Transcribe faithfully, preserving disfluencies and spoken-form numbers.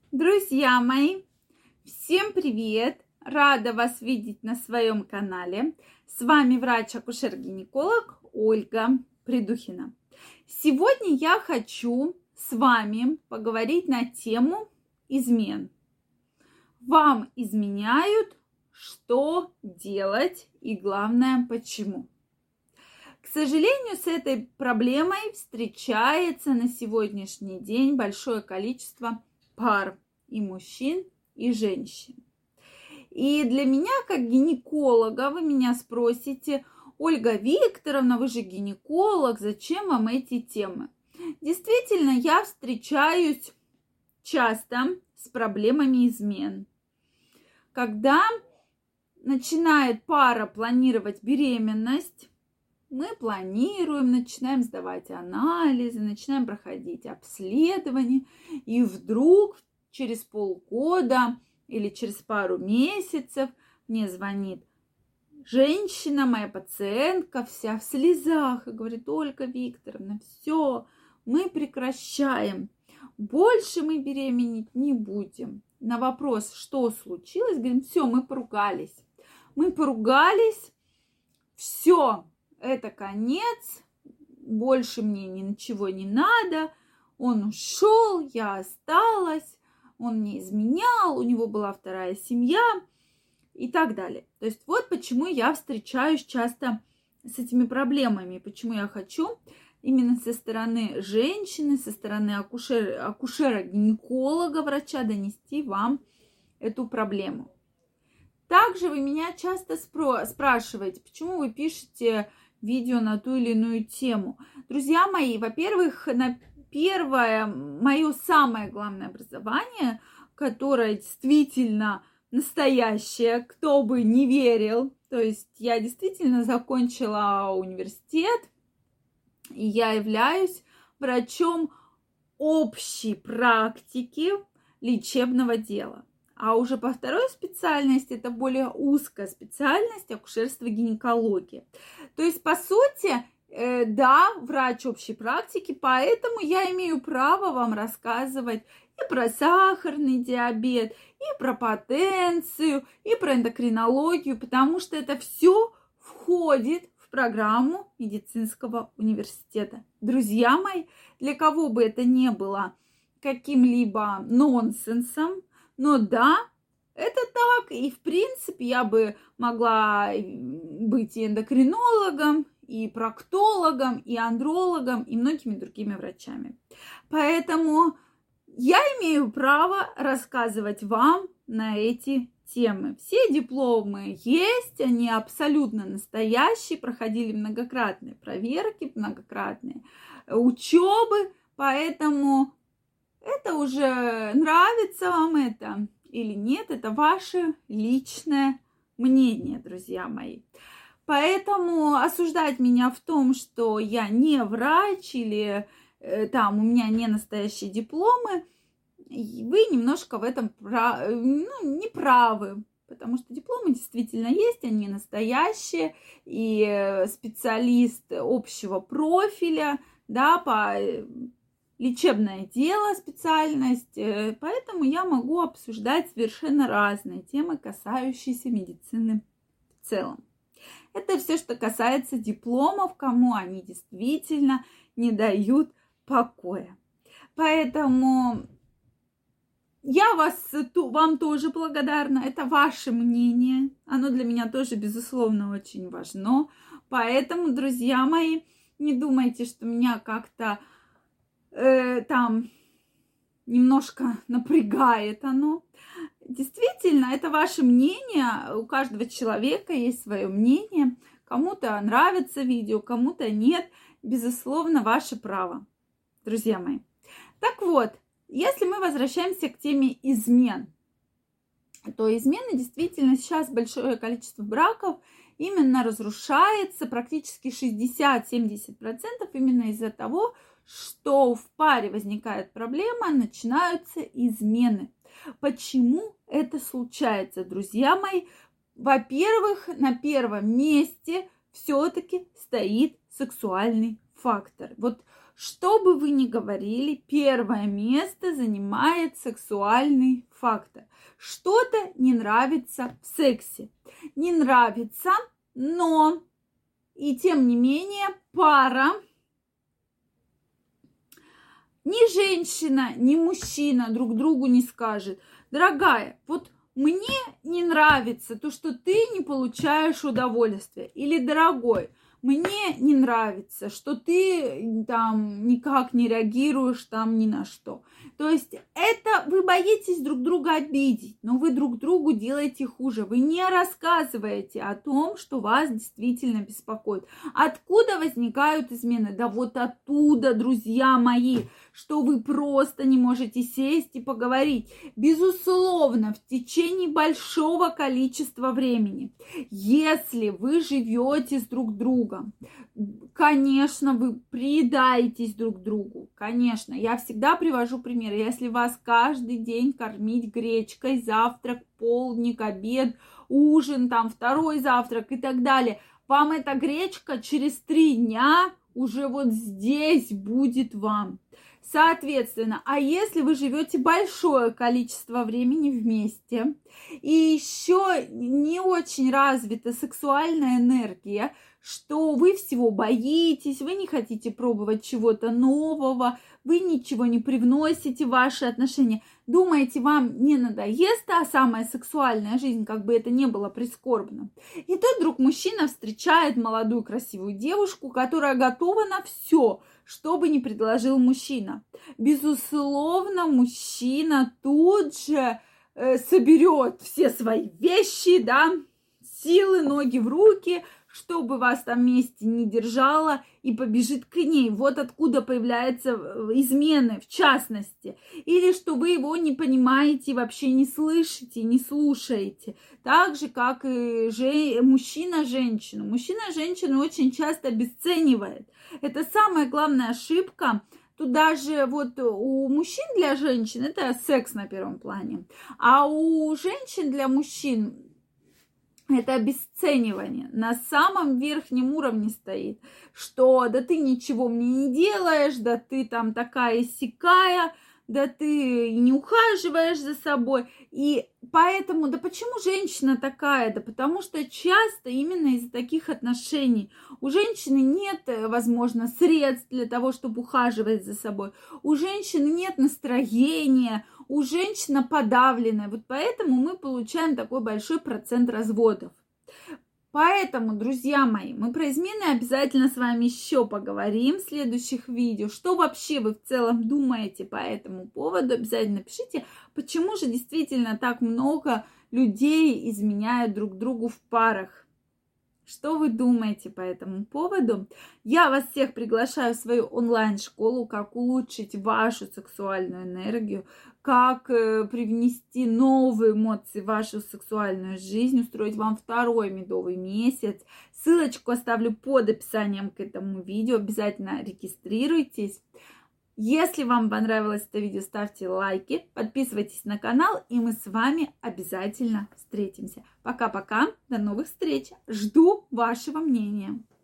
Друзья мои, всем привет! Рада вас видеть на своем канале. С вами врач-акушер-гинеколог Ольга Придухина. Сегодня я хочу с вами поговорить на тему измен. Вам изменяют, что делать и, главное, почему. К сожалению, с этой проблемой встречается на сегодняшний день большое количество пар и мужчин, и женщин. И для меня, как гинеколога, вы меня спросите: Ольга Викторовна, вы же гинеколог, зачем вам эти темы? Действительно, я встречаюсь часто с проблемами измен. Когда начинает пара планировать беременность, мы планируем, начинаем сдавать анализы, начинаем проходить обследование, и вдруг через полгода или через пару месяцев мне звонит женщина, моя пациентка, вся в слезах, и говорит: Ольга Викторовна, все, мы прекращаем, больше мы беременеть не будем. На вопрос, что случилось, говорим: все, мы поругались. Мы поругались, все. Это конец, больше мне ничего не надо, он ушел, я осталась, он мне изменял, у него была вторая семья и так далее. То есть вот почему я встречаюсь часто с этими проблемами, почему я хочу именно со стороны женщины, со стороны акушера, акушера-гинеколога, врача донести вам эту проблему. Также вы меня часто спро- спрашиваете, почему вы пишете видео на ту или иную тему. Друзья мои, во-первых, на первое, мое самое главное образование, которое действительно настоящее, кто бы не верил, то есть я действительно закончила университет, и я являюсь врачом общей практики лечебного дела. А уже по второй специальности, это более узкая специальность, акушерство-гинекология. То есть, по сути, э, да, врач общей практики, поэтому я имею право вам рассказывать и про сахарный диабет, и про потенцию, и про эндокринологию, потому что это все входит в программу медицинского университета. Друзья мои, для кого бы это ни было каким-либо нонсенсом, но да, это так, и в принципе я бы могла быть и эндокринологом, и проктологом, и андрологом, и многими другими врачами. Поэтому я имею право рассказывать вам на эти темы. Все дипломы есть, они абсолютно настоящие, проходили многократные проверки, многократные учебы, поэтому это уже нравится вам это или нет, это ваше личное мнение, друзья мои. Поэтому осуждать меня в том, что я не врач или э, там у меня не настоящие дипломы, вы немножко в этом прав... ну, не правы. Потому что дипломы действительно есть, они настоящие, и специалист общего профиля, да, по лечебное дело, специальность, поэтому я могу обсуждать совершенно разные темы, касающиеся медицины в целом. Это все, что касается дипломов, кому они действительно не дают покоя. Поэтому я вас, вам тоже благодарна, это ваше мнение, оно для меня тоже, безусловно, очень важно. Поэтому, друзья мои, не думайте, что меня как-то Э, там немножко напрягает оно. Действительно, это ваше мнение. У каждого человека есть свое мнение. Кому-то нравится видео, кому-то нет. Безусловно, ваше право, друзья мои. Так вот, если мы возвращаемся к теме измен, то измены действительно сейчас большое количество браков именно разрушается, практически шестьдесят-семьдесят процентов именно из-за того, что в паре возникает проблема, начинаются измены. Почему это случается, друзья мои? Во-первых, на первом месте все-таки стоит сексуальный фактор. Вот Что бы вы ни говорили, первое место занимает сексуальный фактор. Что-то не нравится в сексе. Не нравится, но и тем не менее пара, ни женщина, ни мужчина друг другу не скажет: дорогая, вот мне не нравится то, что ты не получаешь удовольствия. Или, дорогой, мне не нравится, что ты там никак не реагируешь там ни на что. То есть это вы боитесь друг друга обидеть, но вы друг другу делаете хуже. Вы не рассказываете о том, что вас действительно беспокоит. Откуда возникают измены? Да вот оттуда, друзья мои, что вы просто не можете сесть и поговорить. Безусловно, в течение большого количества времени, если вы живете с друг другом, конечно, вы предаетесь друг другу. Конечно, я всегда привожу пример. Если вас каждый день кормить гречкой, завтрак, полдник, обед, ужин, там второй завтрак и так далее, вам эта гречка через три дня уже вот здесь будет вам. Соответственно, а если вы живете большое количество времени вместе и еще не очень развита сексуальная энергия, что вы всего боитесь, вы не хотите пробовать чего-то нового, вы ничего не привносите в ваши отношения, думаете, вам не надоест та самая сексуальная жизнь, как бы это ни было прискорбно. И тут вдруг мужчина встречает молодую красивую девушку, которая готова на все, что бы ни предложил мужчина. Безусловно, мужчина тут же э, соберет все свои вещи, да, силы, ноги в руки, чтобы вас там вместе не держало, и побежит к ней. Вот откуда появляются измены, в частности. Или что вы его не понимаете, вообще не слышите, не слушаете. Так же, как и же... мужчина женщину. Мужчина женщину очень часто обесценивает. Это самая главная ошибка. Тут даже вот у мужчин для женщин это секс на первом плане. А у женщин для мужчин это обесценивание на самом верхнем уровне стоит, что да ты ничего мне не делаешь, да ты там такая-сякая, да ты не ухаживаешь за собой. И поэтому, да почему женщина такая? Да потому что часто именно из-за таких отношений у женщины нет, возможно, средств для того, чтобы ухаживать за собой. У женщины нет настроения, у женщины подавленная. Вот поэтому мы получаем такой большой процент разводов. Поэтому, друзья мои, мы про измены обязательно с вами еще поговорим в следующих видео. Что вообще вы в целом думаете по этому поводу? Обязательно пишите, почему же действительно так много людей изменяют друг другу в парах. Что вы думаете по этому поводу? Я вас всех приглашаю в свою онлайн-школу, как улучшить вашу сексуальную энергию, как э, привнести новые эмоции в вашу сексуальную жизнь, устроить вам второй медовый месяц. Ссылочку оставлю под описанием к этому видео. Обязательно регистрируйтесь. Если вам понравилось это видео, ставьте лайки, подписывайтесь на канал, и мы с вами обязательно встретимся. Пока-пока, до новых встреч. Жду вашего мнения.